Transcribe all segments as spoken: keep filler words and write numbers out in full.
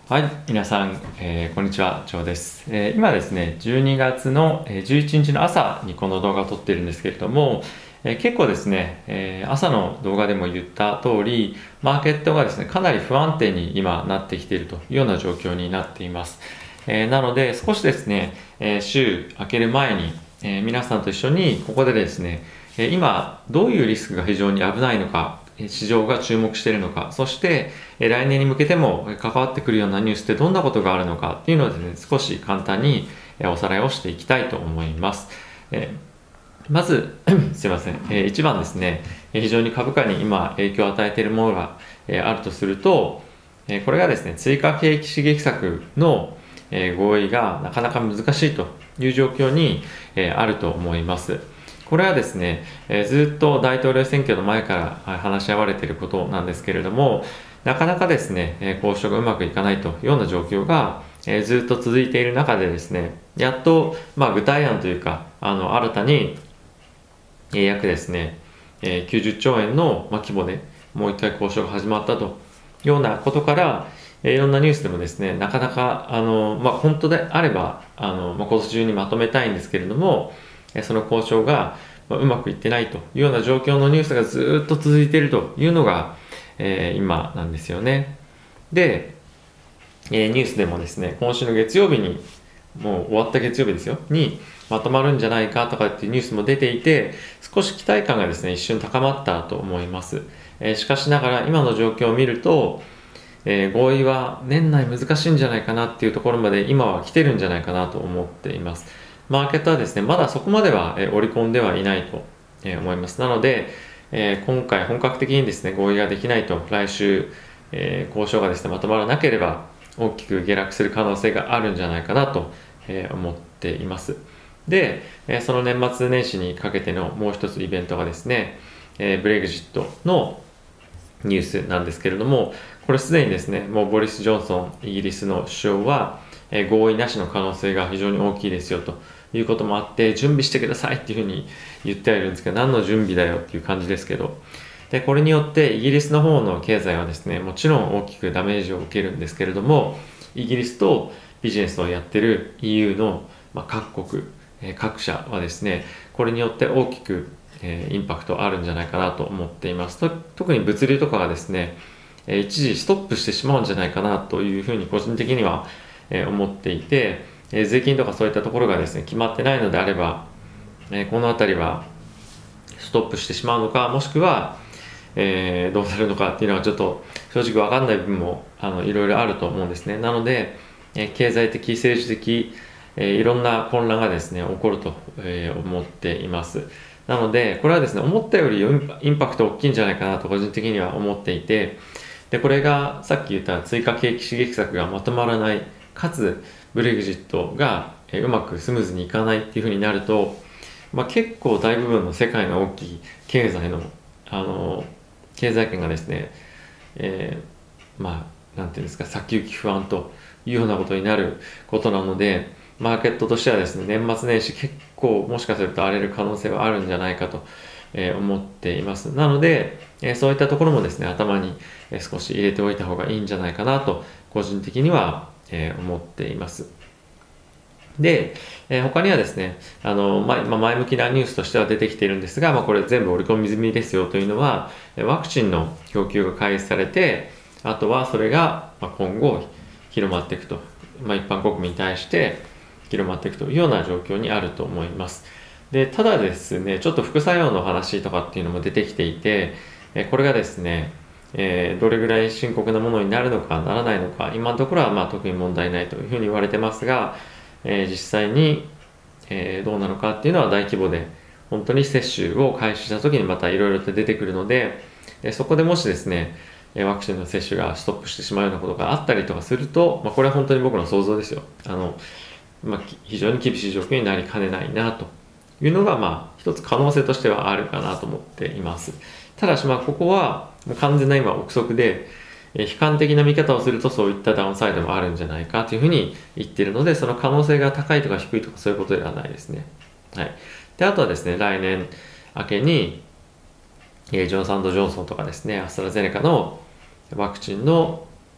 はい、皆さん、えーこんにちは、ジョーです。えー今ですね、じゅうにがつのえーじゅういちにちの朝にこの動画を撮っているんですけれども、えー結構ですね、えー朝の動画でも言った通り、マーケットがですね、かなり不安定に今なってきているというような状況になっています。えーなので、少しですね、えー週明ける前に、えー皆さんと一緒にここでですね、えー今どういうリスクが非常に危ないのか、えー市場が注目しているのか、そしてえー来年に向けてもえー関わってくるようなニュースってどんなことがあるのかっていうのをですね、少し簡単にえーおさらいをしていきたいと思います。えーまずすいません、えー一番ですね、えー非常に株価に今影響を与えているものがえーあるとすると、えーこれがですね、追加景気刺激策のえー合意がなかなか難しいという状況にえーあると思います。これはですね、えーずっと大統領選挙の前からはい話し合われていることなんですけれども、なかなかですね、えー交渉がうまくいかないというような状況が、えーずっと続いている中でですね、やっと、まあ、具体案というか、あの新たに、えー約ですね、えーきゅうじゅっちょうえんの、まあ、規模でもう一回交渉が始まったというようなことから、えーいろんなニュースでもですね、なかなか、あの、まあ、本当であれば、あの、まあ、今年中にまとめたいんですけれども、えーその交渉が、まあうまくいってないというような状況のニュースがずっと続いているというのが、えー今なんですよね。で、えーニュースでもですね、今週の月曜日に、もう終わった月曜日ですよ、にまとまるんじゃないかとかっていうニュースも出ていて、少し期待感がですね、一瞬高まったと思います。えーしかしながら今の状況を見ると、えー合意は年内難しいんじゃないかなっていうところまで今は来てるんじゃないかなと思っています。マーケットはですね、まだそこまでは、えー織り込んではいないと、えー思います。なので、えー今回本格的にですね、合意ができないと、来週、えー交渉がですね、まとまらなければ、大きく下落する可能性があるんじゃないかなと、えー思っています。で、えーその年末年始にかけてのもう一つイベントがですね、えーブレグジットのニュースなんですけれども、これすでにですね、もうボリス・ジョンソン、イギリスの首相は、えー合意なしの可能性が非常に大きいですよということもあって、準備してくださいっていうふうに言ってはいるんですけど、何の準備だよっていう感じですけど、で、これによってイギリスの方の経済はですね、もちろん大きくダメージを受けるんですけれども、イギリスとビジネスをやってる イーユー の、まあ、各国、えー各社はですね、これによって大きくえーインパクトあるんじゃないかなと思っています。と特に物流とかがですね、えー一時ストップしてしまうんじゃないかなというふうに個人的には、えー思っていて、えー税金とかそういったところがですね、決まってないのであれば、えーこのあたりはストップしてしまうのか、もしくは、えーどうなるのかっていうのはちょっと正直わかんない部分もあのいろいろあると思うんですね。なので、えー経済的、政治的、えーいろんな混乱がですね、起こると、えー思っています。なので、これはですね、思ったよりインパインパクト大きいんじゃないかなと個人的には思っていて、で、これがさっき言った追加景気刺激策がまとまらない、かつブレグジットがえーうまくスムーズにいかないっていうふうになると、まあ、結構大部分の世界の大きい経済の、あの経済圏がですね、えーまあ、なんていうんですか、先行き不安というようなことになることなので、マーケットとしてはですね、年末年始結構もしかすると荒れる可能性はあるんじゃないかと、えー思っています。なので、えーそういったところもですね、頭にえー少し入れておいた方がいいんじゃないかなと、個人的には、えー思っています。で、えー他にはですね、あの、まあ、今前向きなニュースとしては出てきているんですが、まあ、これ全部織り込み済みですよというのは、えーワクチンの供給が開始されて、あとはそれがまあ今後広まっていくと、まあ、一般国民に対して広まっていくというような状況にあると思います。で、ただですね、ちょっと副作用の話とかっていうのも出てきていて、えーこれがですね、えーどれぐらい深刻なものになるのかならないのか、今のところはまあ特に問題ないというふうに言われてますが、えー実際に、えーどうなのかっていうのは大規模で本当に接種を開始した時にまたいろいろと出てくるので、えーそこでもしですねえーワクチンの接種がストップしてしまうようなことがあったりとかすると、まあ、これは本当に僕の想像ですよ。あの、まあ、き非常に厳しい状況になりかねないなというのが、まあ、一つ可能性としてはあるかなと思っています。ただし、まあ、ここはもう完全な今憶測で、えー悲観的な見方をするとそういったダウンサイドもあるんじゃないかというふうに言っているので、その可能性が高いとか低いとかそういうことではないですね。はい。で、あとはですね、来年明けに、えージョンソンジョンソンとかですね、アストラゼネカのワクチンの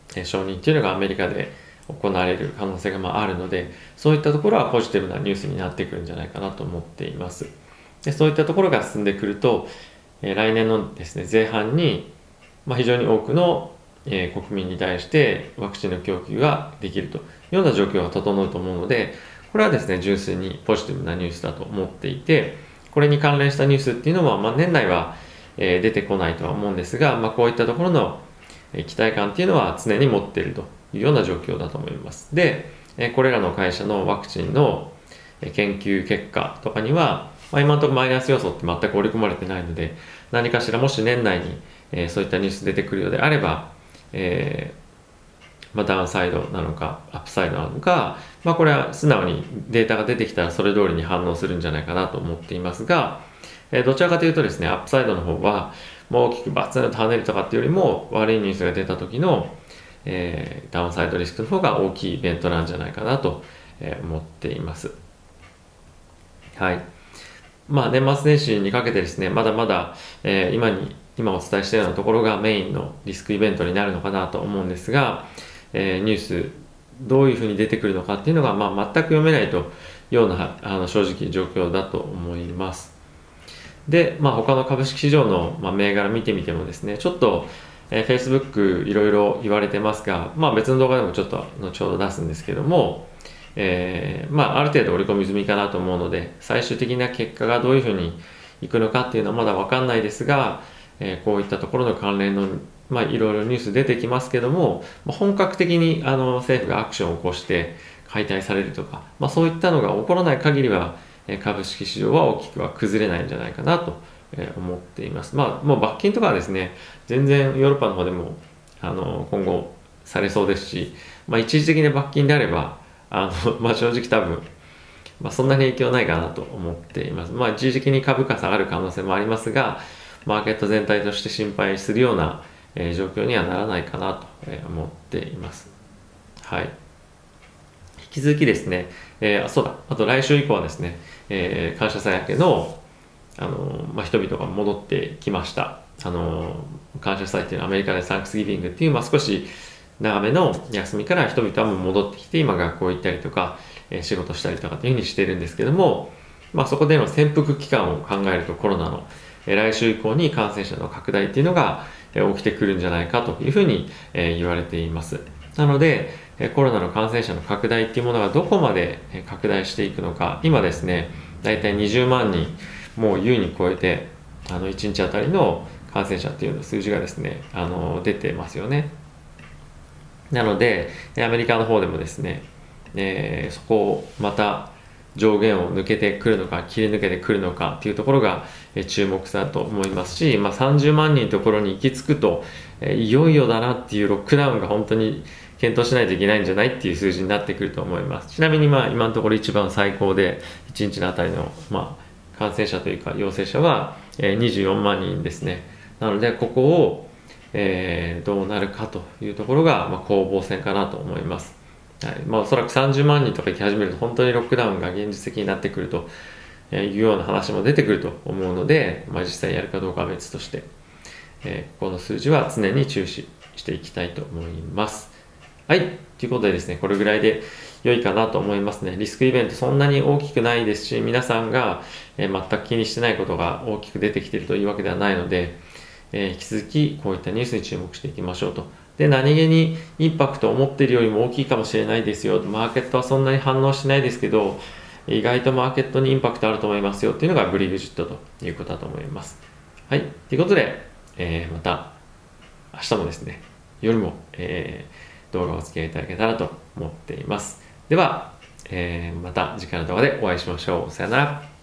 えー承認っていうのがアメリカで行われる可能性がまああるので、そういったところはポジティブなニュースになってくるんじゃないかなと思っています。でそういったところが進んでくると、えー来年のですね前半に、まあ、非常に多くの、えー国民に対してワクチンの供給ができるというような状況が整うと思うので、これはですね純粋にポジティブなニュースだと思っていて、これに関連したニュースっていうのは、まあ、年内は、えー出てこないとは思うんですが、まあ、こういったところのえー期待感っていうのは常に持っているというような状況だと思います。で、えーこれらの会社のワクチンのえー研究結果とかには、まあ、今のところマイナス要素って全く織り込まれてないので、何かしらもし年内に、えーそういったニュース出てくるようであれば、えーまあ、ダウンサイドなのかアップサイドなのか、まあ、これは素直にデータが出てきたらそれ通りに反応するんじゃないかなと思っていますが、えーどちらかというとですねアップサイドの方はもう大きくバツンと跳ねるとかっていうよりも、悪いニュースが出た時の、えーダウンサイドリスクの方が大きいイベントなんじゃないかなとえー思っています。はい。まあ、年末年始にかけてですね、まだまだ、えー今に、今お伝えしたようなところがメインのリスクイベントになるのかなと思うんですが、えーニュース、どういうふうに出てくるのかっていうのが、まあ、全く読めないというようなあの正直状況だと思います。で、まあ、他の株式市場の、まあ、銘柄見てみてもですね、ちょっと、えー Facebook いろいろ言われてますが、まあ、別の動画でもちょっと後ほど出すんですけども、えーまあ、ある程度織り込み済みかなと思うので、最終的な結果がどういうふうにいくのかっていうのはまだ分かんないですが、えーこういったところの関連の、まあ、いろいろニュース出てきますけども、まあ本格的にあの政府がアクションを起こして解体されるとか、まあ、そういったのが起こらない限りは、えー株式市場は大きくは崩れないんじゃないかなとえー思っています。まあ、もう罰金とかはですね、全然ヨーロッパの方でもあの今後されそうですし、まあ、一時的な罰金であれば、あのまあ、正直多分、まあ、そんなに影響ないかなと思っています。まあ、一時的に株価下がる可能性もありますが、マーケット全体として心配するような、えー状況にはならないかなとえー思っています。はい。引き続きですね、えーあ、そうだ、あと来週以降はですね、えー感謝祭明けの、あのまあ、人々が戻ってきました。あの感謝祭っていうのはアメリカでサンクスギビングっていう、まあ、少し長めの休みから人々はもう戻ってきて、今学校行ったりとか、えー仕事したりとかっていうふうにしているんですけども、まあ、そこでの潜伏期間を考えるとコロナの、えー来週以降に感染者の拡大っていうのが、えー起きてくるんじゃないかというふうに、えー言われています。なので、えーコロナの感染者の拡大っていうものがどこまでえー拡大していくのか、今ですね、だいたいにじゅうまんにん、もう優に超えて、あのいちにちあたりの感染者っていう数字がですね、あの出てますよね。なので、アメリカの方でもですね、えーそこをまた上限を抜けてくるのか、切り抜けてくるのかっていうところが、えー注目だと思いますし、まあ、さんじゅうまんにんのところに行き着くと、えーいよいよだなっていうロックダウンが本当に検討しないといけないんじゃないっていう数字になってくると思います。ちなみに、まあ、今のところ一番最高で、いちにちのあたりの、まあ、感染者というか陽性者は、えーにじゅうよんまんにんですね。なので、ここを、えーどうなるかというところが、まあ、攻防戦かなと思います。はいまあ、おそらくさんじゅうまんにんとか行き始めると本当にロックダウンが現実的になってくるというような話も出てくると思うので、まあ、実際やるかどうかは別として、えーここの数字は常に注視していきたいと思います。はい。ということでですね、これぐらいで良いかなと思いますね。リスクイベントそんなに大きくないですし、皆さんが、えー全く気にしてないことが大きく出てきているというわけではないので、えー引き続きこういったニュースに注目していきましょうと。で、何気にインパクトを思っているよりも大きいかもしれないですよ。マーケットはそんなに反応しないですけど、意外とマーケットにインパクトあると思いますよっていうのがブリグジットということだと思います。はい。ということで、えーまた明日もですね、夜も、えー動画をお付き合いいただけたらと思っています。では、えーまた次回の動画でお会いしましょう。さよなら。